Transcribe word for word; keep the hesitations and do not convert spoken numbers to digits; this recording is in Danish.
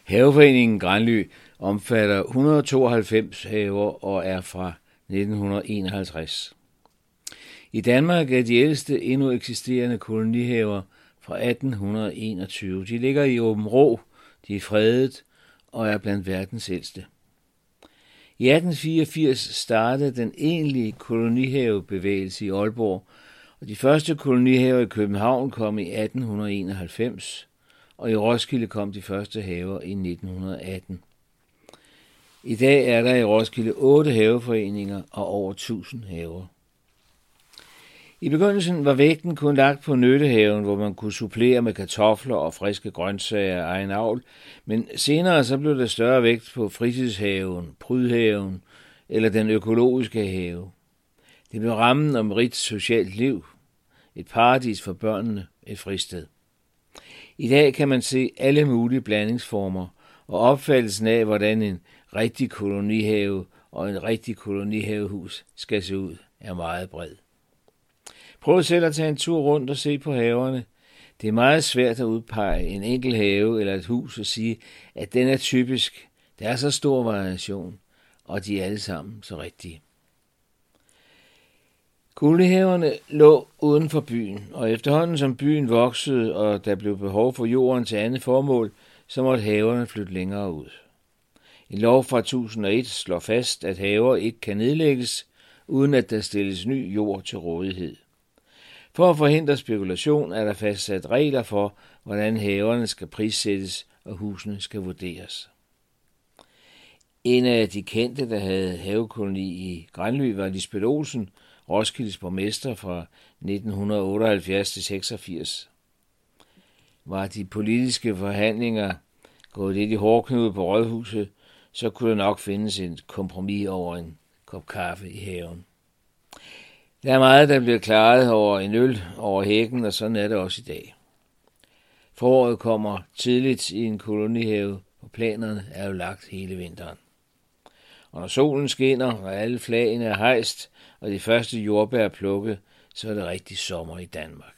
Haveforeningen Granly omfatter et hundrede og tooghalvfems haver og er fra nitten enoghalvtreds. I Danmark er de ældste endnu eksisterende kolonihaver fra atten enogtyve. De ligger i Aabenraa, de er fredet og er blandt verdens ældste. I atten fireogfirs startede den egentlige kolonihavebevægelse i Aalborg, og de første kolonihaver i København kom i atten enoghalvfems, og i Roskilde kom de første haver i nitten atten. I dag er der i Roskilde otte haveforeninger og over tusind haver. I begyndelsen var vægten kun lagt på nyttehaven, hvor man kunne supplere med kartofler og friske grøntsager af egen avl, men senere så blev der større vægt på fritidshaven, prydhaven eller den økologiske have. Det blev rammen om rigt socialt liv, et paradis for børnene, et fristed. I dag kan man se alle mulige blandingsformer, og opfattelsen af, hvordan en rigtig kolonihave og en rigtig kolonihavehus skal se ud, er meget bred. Prøv selv at tage en tur rundt og se på haverne. Det er meget svært at udpege en enkelt have eller et hus og sige, at den er typisk. Der er så stor variation, og de er alle sammen så rigtige. Kolonihaverne lå uden for byen, og efterhånden som byen voksede, og der blev behov for jorden til andet formål, så måtte haverne flytte længere ud. En lov fra to tusind og et slår fast, at haver ikke kan nedlægges, uden at der stilles ny jord til rådighed. For at forhindre spekulation er der fastsat regler for, hvordan haverne skal prissættes og husene skal vurderes. En af de kendte, der havde havekoloni i Granly, var Lisbeth Olsen, Roskildes borgmester fra nitten otteoghalvfjerds til seksogfirs. Var de politiske forhandlinger gået lidt i hårdknude på rådhuset, så kunne der nok findes et kompromis over en kop kaffe i haven. Der er meget, der bliver klaret over en øl over hækken, og sådan er det også i dag. Foråret kommer tidligt i en kolonihave, og planerne er jo lagt hele vinteren. Og når solen skinner, og alle flagene er hejst, og de første jordbær er plukket, så er det rigtig sommer i Danmark.